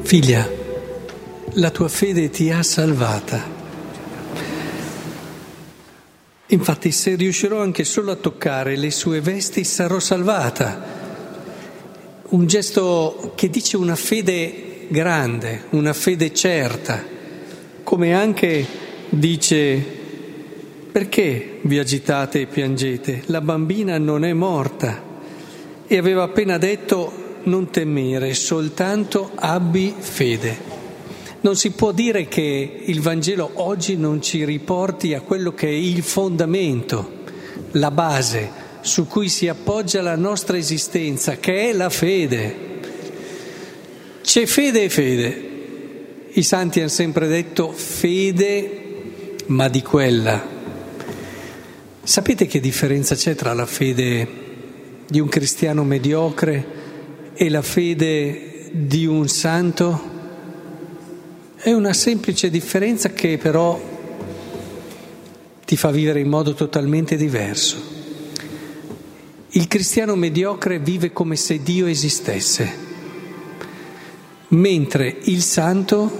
Figlia, la tua fede ti ha salvata. Infatti, se riuscirò anche solo a toccare le sue vesti, sarò salvata. Un gesto che dice una fede grande, una fede certa, come anche dice: perché vi agitate e piangete? La bambina non è morta. E aveva appena detto: non temere, soltanto abbi fede. Non si può dire che il Vangelo oggi non ci riporti a quello che è il fondamento, la base su cui si appoggia la nostra esistenza, che è la fede. C'è fede e fede. I santi hanno sempre detto fede, ma di quella. Sapete che differenza c'è tra la fede di un cristiano mediocre e la fede di un santo? È una semplice differenza che però ti fa vivere in modo totalmente diverso. Il cristiano mediocre vive come se Dio esistesse, mentre il santo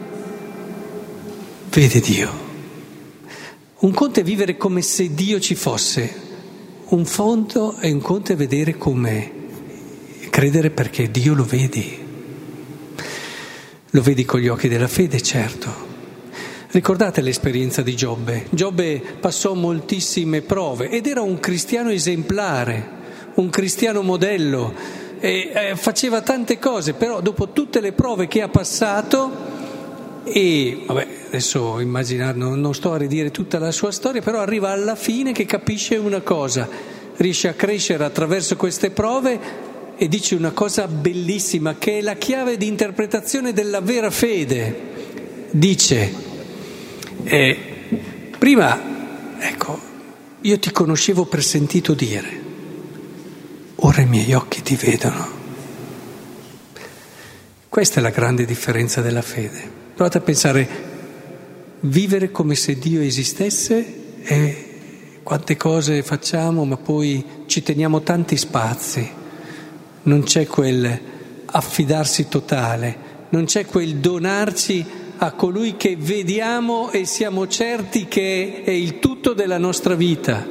vede Dio. Un conto è vivere come se Dio ci fosse, un conto è vedere come credere perché Dio lo vedi. Lo vedi con gli occhi della fede, certo. Ricordate l'esperienza di Giobbe? Giobbe passò moltissime prove ed era un cristiano esemplare, un cristiano modello, e faceva tante cose, però dopo tutte le prove che ha passato, e adesso immaginare, non sto a ridire tutta la sua storia, però arriva alla fine che capisce una cosa, riesce a crescere attraverso queste prove e dice una cosa bellissima che è la chiave di interpretazione della vera fede. Dice: prima, io ti conoscevo per sentito dire, ora i miei occhi ti vedono. Questa è la grande differenza della fede. Provate a pensare, vivere come se Dio esistesse e quante cose facciamo, ma poi ci teniamo tanti spazi. Non c'è quel affidarsi totale, non c'è quel donarci a colui che vediamo e siamo certi che è il tutto della nostra vita.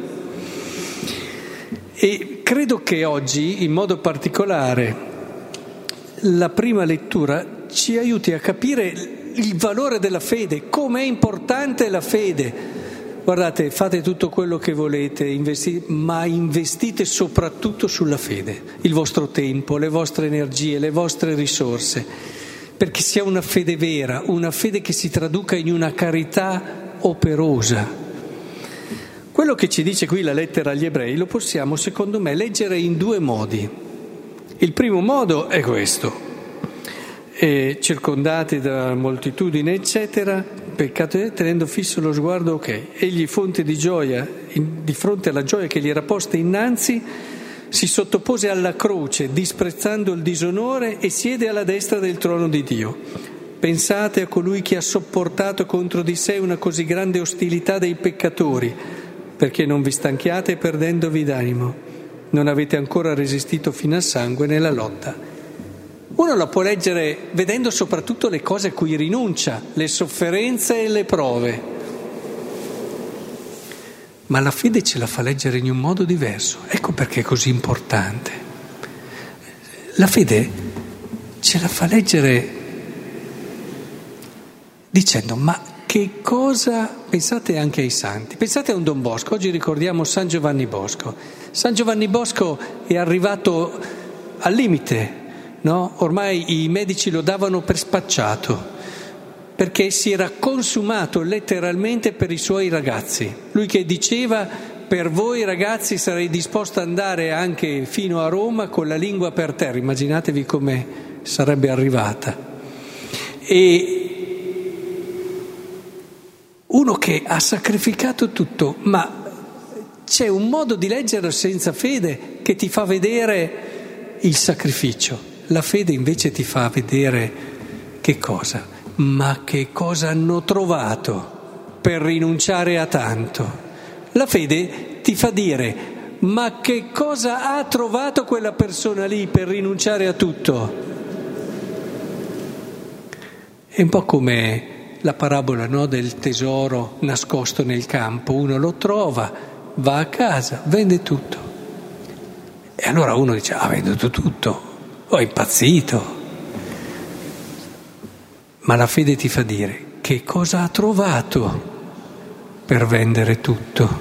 E credo che oggi, in modo particolare, la prima lettura ci aiuti a capire il valore della fede, come è importante la fede. Guardate, fate tutto quello che volete, ma investite soprattutto sulla fede, il vostro tempo, le vostre energie, le vostre risorse, perché sia una fede vera, una fede che si traduca in una carità operosa. Quello che ci dice qui la lettera agli Ebrei lo possiamo, secondo me, leggere in due modi. Il primo modo è questo: circondati da moltitudine, eccetera, peccato, tenendo fisso lo sguardo, egli fonte di gioia, di fronte alla gioia che gli era posta innanzi, si sottopose alla croce, disprezzando il disonore, e siede alla destra del trono di Dio. Pensate a colui che ha sopportato contro di sé una così grande ostilità dei peccatori, perché non vi stanchiate perdendovi d'animo. Non avete ancora resistito fino al sangue nella lotta. Uno la può leggere vedendo soprattutto le cose a cui rinuncia, le sofferenze e le prove. Ma la fede ce la fa leggere in un modo diverso. Ecco perché è così importante. La fede ce la fa leggere dicendo: ma che cosa... Pensate anche ai santi, pensate a un Don Bosco. Oggi ricordiamo San Giovanni Bosco. San Giovanni Bosco è arrivato al limite. No? Ormai i medici lo davano per spacciato, perché si era consumato letteralmente per i suoi ragazzi. Lui che diceva: per voi ragazzi sarei disposto ad andare anche fino a Roma con la lingua per terra. Immaginatevi come sarebbe arrivata. E uno che ha sacrificato tutto, ma c'è un modo di leggere senza fede che ti fa vedere il sacrificio. La fede invece ti fa vedere che cosa? Ma che cosa hanno trovato per rinunciare a tanto? La fede ti fa dire: ma che cosa ha trovato quella persona lì per rinunciare a tutto? È un po' come la parabola, no, del tesoro nascosto nel campo. Uno lo trova, va a casa, vende tutto. E allora uno dice: ha venduto tutto, ho impazzito. Ma la fede ti fa dire: che cosa ha trovato per vendere tutto?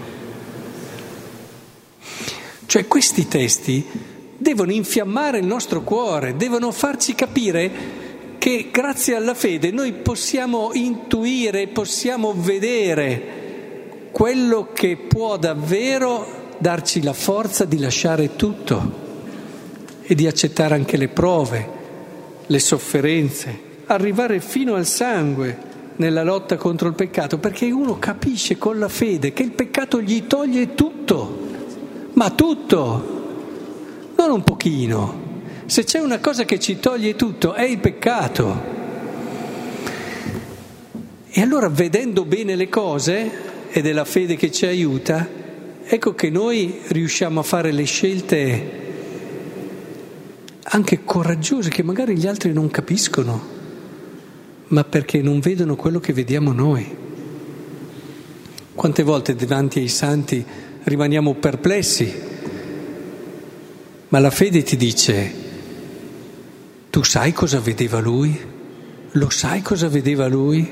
Cioè questi testi devono infiammare il nostro cuore, devono farci capire che grazie alla fede noi possiamo intuire, possiamo vedere quello che può davvero darci la forza di lasciare tutto e di accettare anche le prove, le sofferenze, arrivare fino al sangue nella lotta contro il peccato, perché uno capisce con la fede che il peccato gli toglie tutto, ma tutto, non un pochino. Se c'è una cosa che ci toglie tutto è il peccato. E allora, vedendo bene le cose, ed è la fede che ci aiuta, ecco che noi riusciamo a fare le scelte anche coraggiose, che magari gli altri non capiscono, ma perché non vedono quello che vediamo noi. Quante volte davanti ai santi rimaniamo perplessi, ma la fede ti dice: tu sai cosa vedeva lui? Lo sai cosa vedeva lui?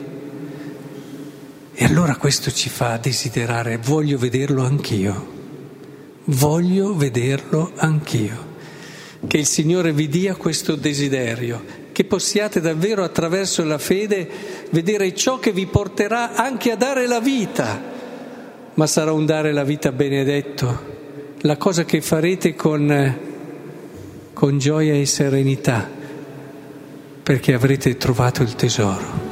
E allora questo ci fa desiderare: voglio vederlo anch'io, voglio vederlo anch'io. Che il Signore vi dia questo desiderio, che possiate davvero attraverso la fede vedere ciò che vi porterà anche a dare la vita, ma sarà un dare la vita benedetto, la cosa che farete con gioia e serenità, perché avrete trovato il tesoro.